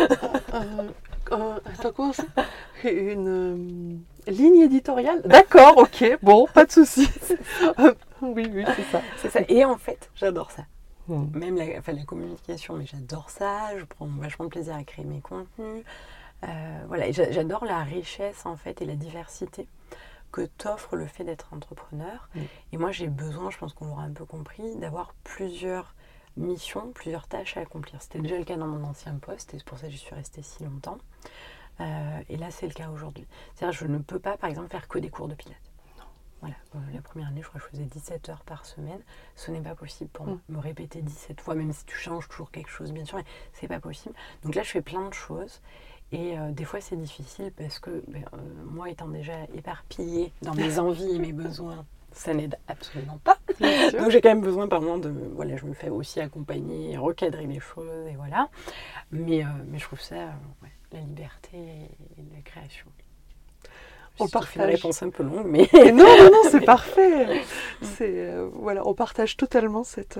Attends, comment ça? Une ligne éditoriale? D'accord, ok, bon, pas de souci. Oui, c'est ça. C'est ça. Et en fait, j'adore ça. Même la communication, mais j'adore ça. Je prends vachement de plaisir à créer mes contenus. Voilà, j'adore la richesse, en fait, et la diversité que t'offre le fait d'être entrepreneur. Et moi, j'ai besoin, je pense qu'on l'aura un peu compris, d'avoir plusieurs missions, plusieurs tâches à accomplir. C'était déjà le cas dans mon ancien poste, et c'est pour ça que j'y suis restée si longtemps. Et là, c'est le cas aujourd'hui. C'est-à-dire, je ne peux pas, par exemple, faire que des cours de pilates. Voilà. La première année, je crois que je faisais 17 heures par semaine. Ce n'est pas possible pour moi. Me répéter 17 fois, même si tu changes toujours quelque chose, bien sûr, mais c'est pas possible. Donc là, je fais plein de choses. Et des fois, c'est difficile parce que moi, étant déjà éparpillée dans mes envies et mes besoins, ça n'aide absolument pas. Donc j'ai quand même besoin par moment de... Voilà, je me fais aussi accompagner, recadrer les choses, et voilà. Mais je trouve ça, la liberté et la création. On partage. Fait une réponse un peu longue, mais... non, c'est parfait. Voilà, on partage totalement cette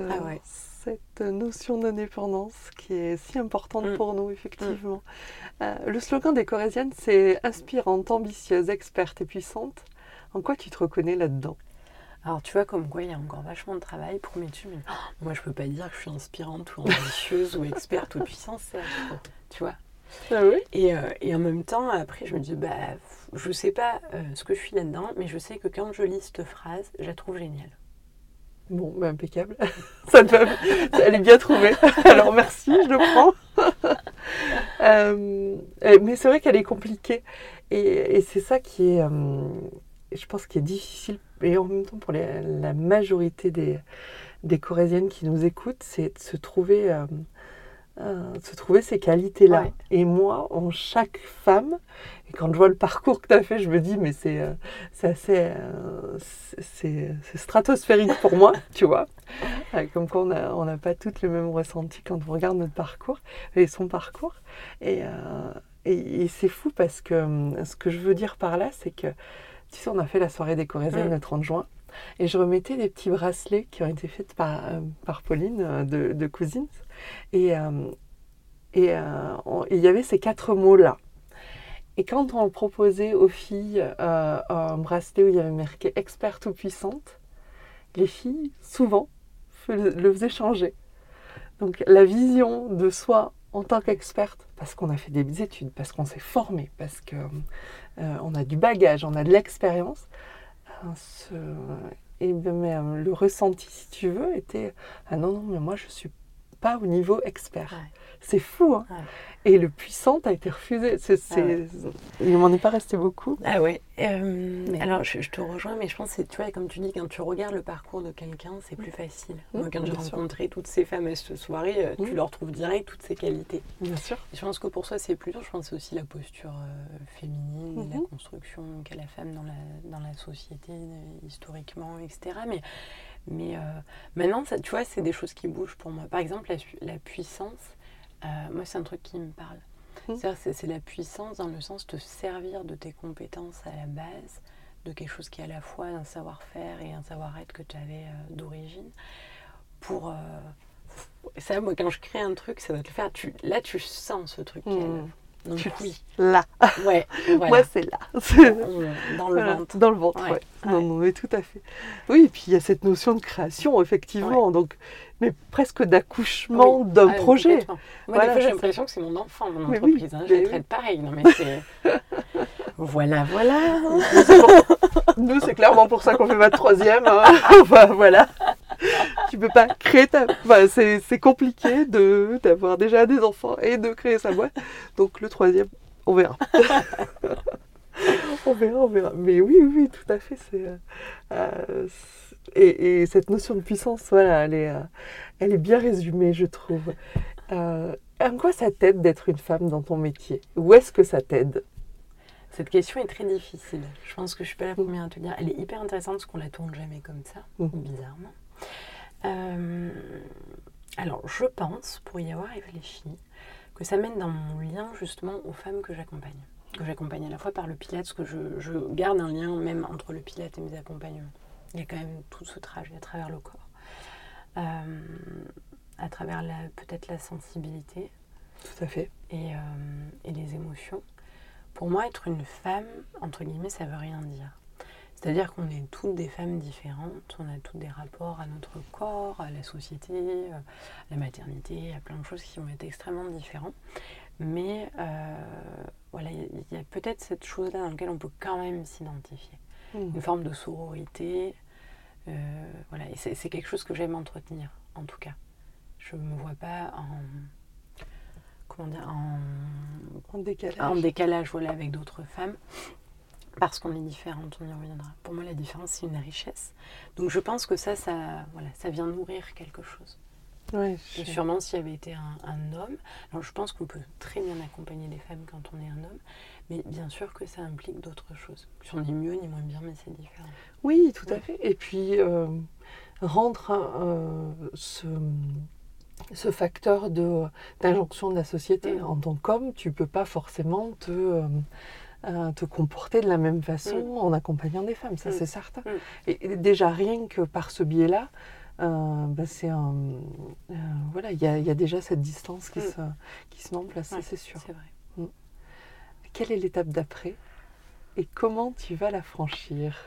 notion d'indépendance qui est si importante pour nous, effectivement. Le slogan des Corésiennes, c'est « Inspirante, ambitieuse, experte et puissante ». En quoi tu te reconnais là-dedans? Alors, tu vois, comme quoi, il y a encore vachement de travail pour m'étudier. Mais moi, je peux pas dire que je suis inspirante ou ambitieuse ou experte ou puissante, c'est affreux, tu vois. Ah oui? Et en même temps, après, je me dis, je sais pas ce que je suis là-dedans, mais je sais que quand je lis cette phrase, je la trouve géniale. Bon, impeccable. Elle est bien trouvée. Alors, merci, je le prends. Mais c'est vrai qu'elle est compliquée. Et c'est ça qui est, je pense, qui est difficile. Et en même temps, pour la majorité des Corésiennes qui nous écoutent, c'est de se trouver ces qualités-là. Ouais. Et moi, en chaque femme, et quand je vois le parcours que tu as fait, je me dis, mais c'est assez... c'est stratosphérique pour moi, tu vois. Comme quoi, on n'a pas toutes les mêmes ressentis quand on regarde notre parcours et son parcours. Et c'est fou parce que ce que je veux dire par là, c'est que, tu sais, on a fait la soirée des Corésiennes le 30 juin. Et je remettais des petits bracelets qui ont été faits par Pauline de Cousins. Et il y avait ces 4 mots-là. Et quand on proposait aux filles un bracelet où il y avait marqué « experte ou puissante », les filles, souvent, le faisaient changer. Donc la vision de soi en tant qu'experte, parce qu'on a fait des études, parce qu'on s'est formé, parce qu'on a du bagage, on a de l'expérience, et même le ressenti, si tu veux, était « Ah non, mais moi je suis pas au niveau expert. Ouais. » C'est fou, hein. Ouais. Et le puissant a été refusé. Il m'en est pas resté beaucoup. Ah ouais. Alors, je te rejoins, mais je pense que tu vois, comme tu dis, quand tu regardes le parcours de quelqu'un, c'est plus facile. Moi, quand j'ai rencontré toutes ces femmes à cette soirée, tu leur trouves direct toutes ces qualités. Bien sûr. Et je pense que pour ça, c'est plus dur. Je pense que c'est aussi la posture féminine, et la construction qu'a la femme dans la société, historiquement, etc. Mais maintenant, ça, tu vois, c'est des choses qui bougent pour moi. Par exemple, la puissance, moi, c'est un truc qui me parle. C'est la puissance dans le sens de te servir de tes compétences à la base, de quelque chose qui est à la fois un savoir-faire et un savoir-être que tu avais d'origine. Pour ça, moi, quand je crée un truc, ça va te le faire. Là, tu sens ce truc. Donc oui. Là. Ouais, voilà. Moi, c'est là. Dans le ventre. Dans le ventre, ouais. Non, mais tout à fait. Oui, et puis il y a cette notion de création, effectivement. Ouais. Donc, mais presque d'accouchement d'un projet. Moi, des fois, j'ai l'impression que c'est mon enfant, mon entreprise. Je vais traiter pareil. Non, mais c'est... Voilà. Nous, c'est clairement pour ça qu'on fait votre 3e. Enfin, voilà. Tu peux pas créer c'est compliqué d'avoir déjà des enfants et de créer sa boîte. Donc le 3e, on verra. on verra. Mais oui, tout à fait. Et cette notion de puissance, voilà, elle est bien résumée, je trouve. En quoi ça t'aide d'être une femme dans ton métier? Où est-ce que ça t'aide? Cette question est très difficile. Je pense que je ne suis pas la première à te le dire. Elle est hyper intéressante parce qu'on ne la tourne jamais comme ça, bizarrement. Alors, je pense, pour y avoir réfléchi, que ça mène dans mon lien justement aux femmes que j'accompagne. Que j'accompagne à la fois par le Pilates, parce que je garde un lien même entre le Pilates et mes accompagnements. Il y a quand même tout ce trajet à travers le corps. À travers peut-être la sensibilité. Tout à fait. Et les émotions. Pour moi, être une femme, entre guillemets, ça ne veut rien dire. C'est-à-dire qu'on est toutes des femmes différentes, on a toutes des rapports à notre corps, à la société, à la maternité, à plein de choses qui vont être extrêmement différents. Mais voilà, il y a peut-être cette chose-là dans laquelle on peut quand même s'identifier. Une forme de sororité. Voilà, et c'est quelque chose que j'aime entretenir, en tout cas. Je ne me vois pas en décalage voilà, avec d'autres femmes. Parce qu'on est différentes, on y reviendra. Pour moi, la différence, c'est une richesse. Donc je pense que ça vient nourrir quelque chose. Ouais, et sûrement s'il y avait été un homme, alors je pense qu'on peut très bien accompagner les femmes quand on est un homme, mais bien sûr que ça implique d'autres choses. Si on est mieux ni moins bien, mais c'est différent. Oui, tout à fait. Et puis rendre ce facteur d'injonction de la société. En tant qu'homme, tu ne peux pas forcément te comporter de la même façon en accompagnant des femmes, ça c'est certain. Et déjà rien que par ce biais-là, c'est voilà, il y a déjà cette distance qui se met en place, ça, c'est sûr. C'est vrai. Quelle est l'étape d'après et comment tu vas la franchir?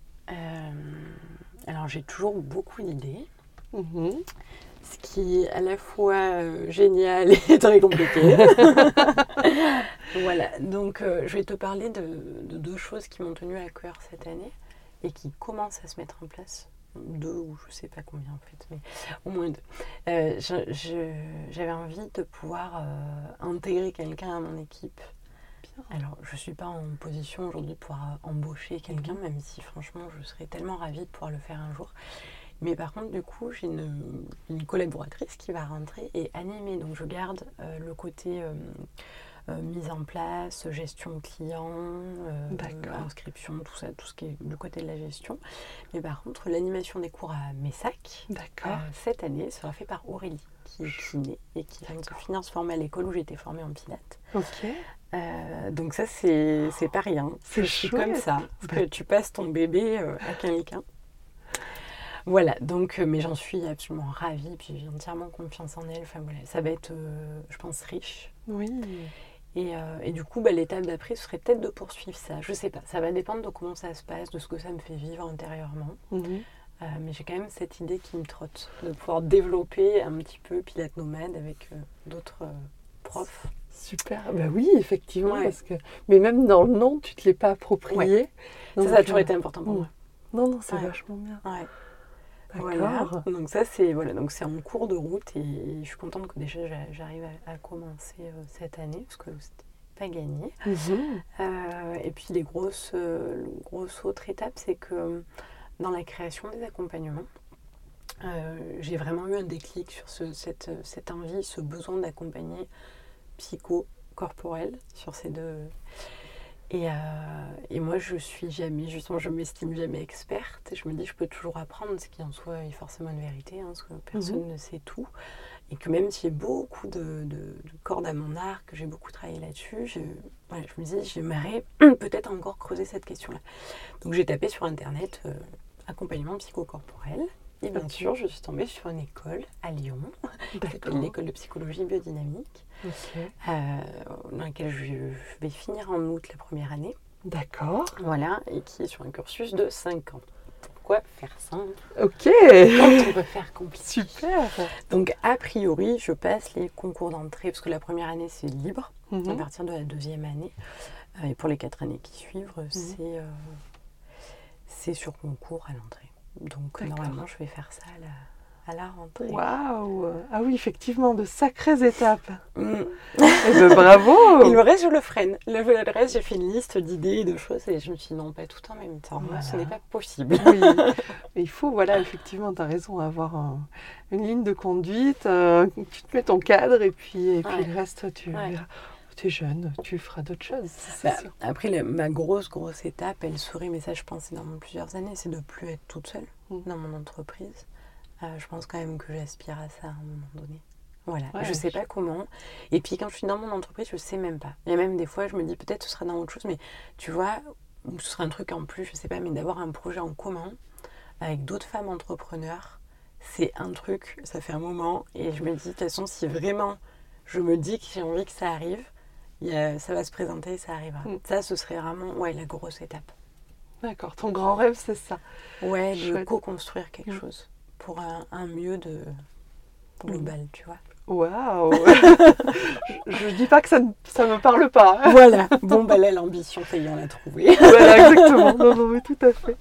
Alors j'ai toujours beaucoup d'idées, ce qui est à la fois génial et très compliqué. Voilà, donc je vais te parler de deux choses qui m'ont tenu à cœur cette année et qui commencent à se mettre en place. 2 ou je ne sais pas combien en fait, mais au moins 2. J'avais envie de pouvoir intégrer quelqu'un à mon équipe. Bien. Alors, je ne suis pas en position aujourd'hui de pouvoir embaucher quelqu'un, même si franchement, je serais tellement ravie de pouvoir le faire un jour. Mais par contre, du coup, j'ai une collaboratrice qui va rentrer et animer. Donc, je garde le côté mise en place, gestion client, inscription, tout ça, tout ce qui est du côté de la gestion. Mais par contre, l'animation des cours à Messac, cette année, sera fait par Aurélie, qui est kiné et qui vient de finir ce format à l'école où j'ai été formée en pilates. Ok. Donc ça, c'est pas rien. C'est comme ça, parce que tu passes ton bébé à quelqu'un. Voilà, donc, mais j'en suis absolument ravie, puis j'ai entièrement confiance en elle. Enfin, voilà, ça va être, je pense, riche. Oui. Et du coup, l'étape d'après, ce serait peut-être de poursuivre ça. Je sais pas, ça va dépendre de comment ça se passe, de ce que ça me fait vivre intérieurement. Mais j'ai quand même cette idée qui me trotte, de pouvoir développer un petit peu Pilates nomade avec d'autres profs. Super, oui, effectivement, parce que... mais même dans le nom, tu ne te l'es pas approprié. Donc, ça a toujours été important pour moi. Non, c'est vachement bien. Voilà. Donc ça, c'est en cours de route et je suis contente que déjà j'arrive à commencer cette année parce que c'était pas gagné. Et puis les grosses autres étapes, c'est que dans la création des accompagnements, j'ai vraiment eu un déclic sur cette envie, ce besoin d'accompagner psycho-corporel sur ces deux. Et moi, je m'estime jamais experte. Et je me dis, je peux toujours apprendre, ce qui en soi est forcément une vérité, parce que personne ne sait tout. Et que même si j'ai beaucoup de cordes à mon arc, que j'ai beaucoup travaillé là-dessus, je me dis, j'aimerais peut-être encore creuser cette question-là. Donc j'ai tapé sur Internet accompagnement psychocorporel. Et bien sûr, je suis tombée sur une école à Lyon, qui s'appelle l'école de psychologie biodynamique, dans laquelle je vais finir en août la première année. D'accord. Voilà, et qui est sur un cursus de 5 ans. Pourquoi faire simple Ok. quand on peut faire compliqué. Super. Donc, a priori, je passe les concours d'entrée, parce que la première année, c'est libre, à partir de la deuxième année. Et pour les 4 années qui suivent, c'est sur concours à l'entrée. Donc normalement, je vais faire ça à la rentrée. Waouh! Ah oui, effectivement, de sacrées étapes. Bravo! Et le reste, je le freine. Le reste, j'ai fait une liste d'idées et de choses et je me suis dit non, pas tout en même temps. Ce n'est pas possible. Oui, mais il faut, effectivement, tu as raison, avoir une ligne de conduite, tu te mets ton cadre et puis le reste, tu verras. tu es jeune, tu feras d'autres choses, c'est sûr. Après, ma grosse étape, elle serait, mais ça je pense c'est dans plusieurs années, c'est de plus être toute seule dans mon entreprise. Je pense quand même que j'aspire à ça à un moment donné. Voilà, je sais pas comment. Et puis quand je suis dans mon entreprise, je sais même pas. Il y a même des fois, je me dis peut-être ce sera dans autre chose, mais tu vois, ce sera un truc en plus, je sais pas, mais d'avoir un projet en commun avec d'autres femmes entrepreneurs, c'est un truc, ça fait un moment, et je me dis, de toute façon, si vraiment je me dis que j'ai envie que ça arrive, ça va se présenter et ça arrivera. Ça, ce serait vraiment la grosse étape. D'accord, ton grand rêve, c'est ça. Ouais, de co-construire quelque chose pour un mieux de global, tu vois. Waouh. Je dis pas que ça me parle pas. Hein. Voilà, bon, là, l'ambition, ça y est, on l'a trouvée. Voilà, exactement. Non, mais tout à fait.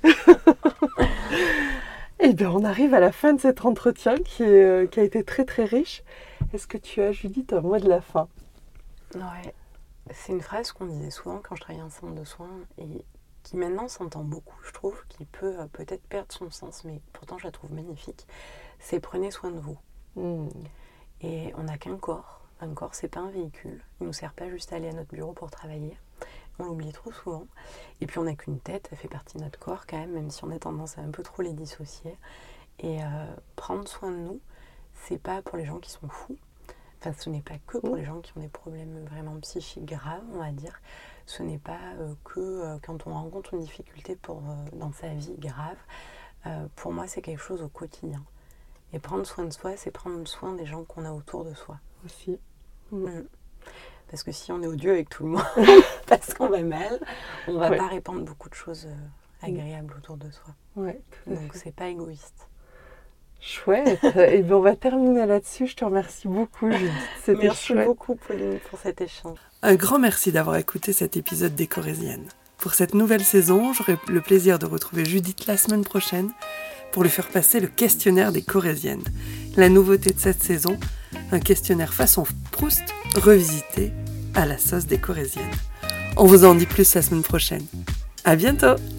Et bien, on arrive à la fin de cet entretien qui a été très, très riche. Est-ce que tu as, Judith, un mot de la fin? Ouais, c'est une phrase qu'on disait souvent quand je travaillais en centre de soins et qui maintenant s'entend beaucoup, je trouve, qui peut peut-être perdre son sens, mais pourtant je la trouve magnifique. C'est prenez soin de vous. Et on n'a qu'un corps. Un corps, c'est pas un véhicule. Il ne nous sert pas juste à aller à notre bureau pour travailler. On l'oublie trop souvent. Et puis on n'a qu'une tête, elle fait partie de notre corps quand même si on a tendance à un peu trop les dissocier. Et prendre soin de nous, c'est pas pour les gens qui sont fous. Enfin, ce n'est pas que pour les gens qui ont des problèmes vraiment psychiques graves, on va dire. Ce n'est pas que quand on rencontre une difficulté dans sa vie grave. Pour moi, c'est quelque chose au quotidien. Et prendre soin de soi, c'est prendre soin des gens qu'on a autour de soi. Aussi. Parce que si on est odieux avec tout le monde, parce qu'on va mal, on ne va pas répandre beaucoup de choses agréables autour de soi. Ouais, donc, c'est pas égoïste. Chouette. Et bien, on va terminer là-dessus. Je te remercie beaucoup, Judith. C'était merci chouette. beaucoup, Pauline, pour cet échange. Un grand merci d'avoir écouté cet épisode des Corésiennes. Pour cette nouvelle saison, j'aurai le plaisir de retrouver Judith la semaine prochaine pour lui faire passer le questionnaire des Corésiennes. La nouveauté de cette saison, un questionnaire façon Proust, revisité à la sauce des Corésiennes. On vous en dit plus la semaine prochaine. À bientôt!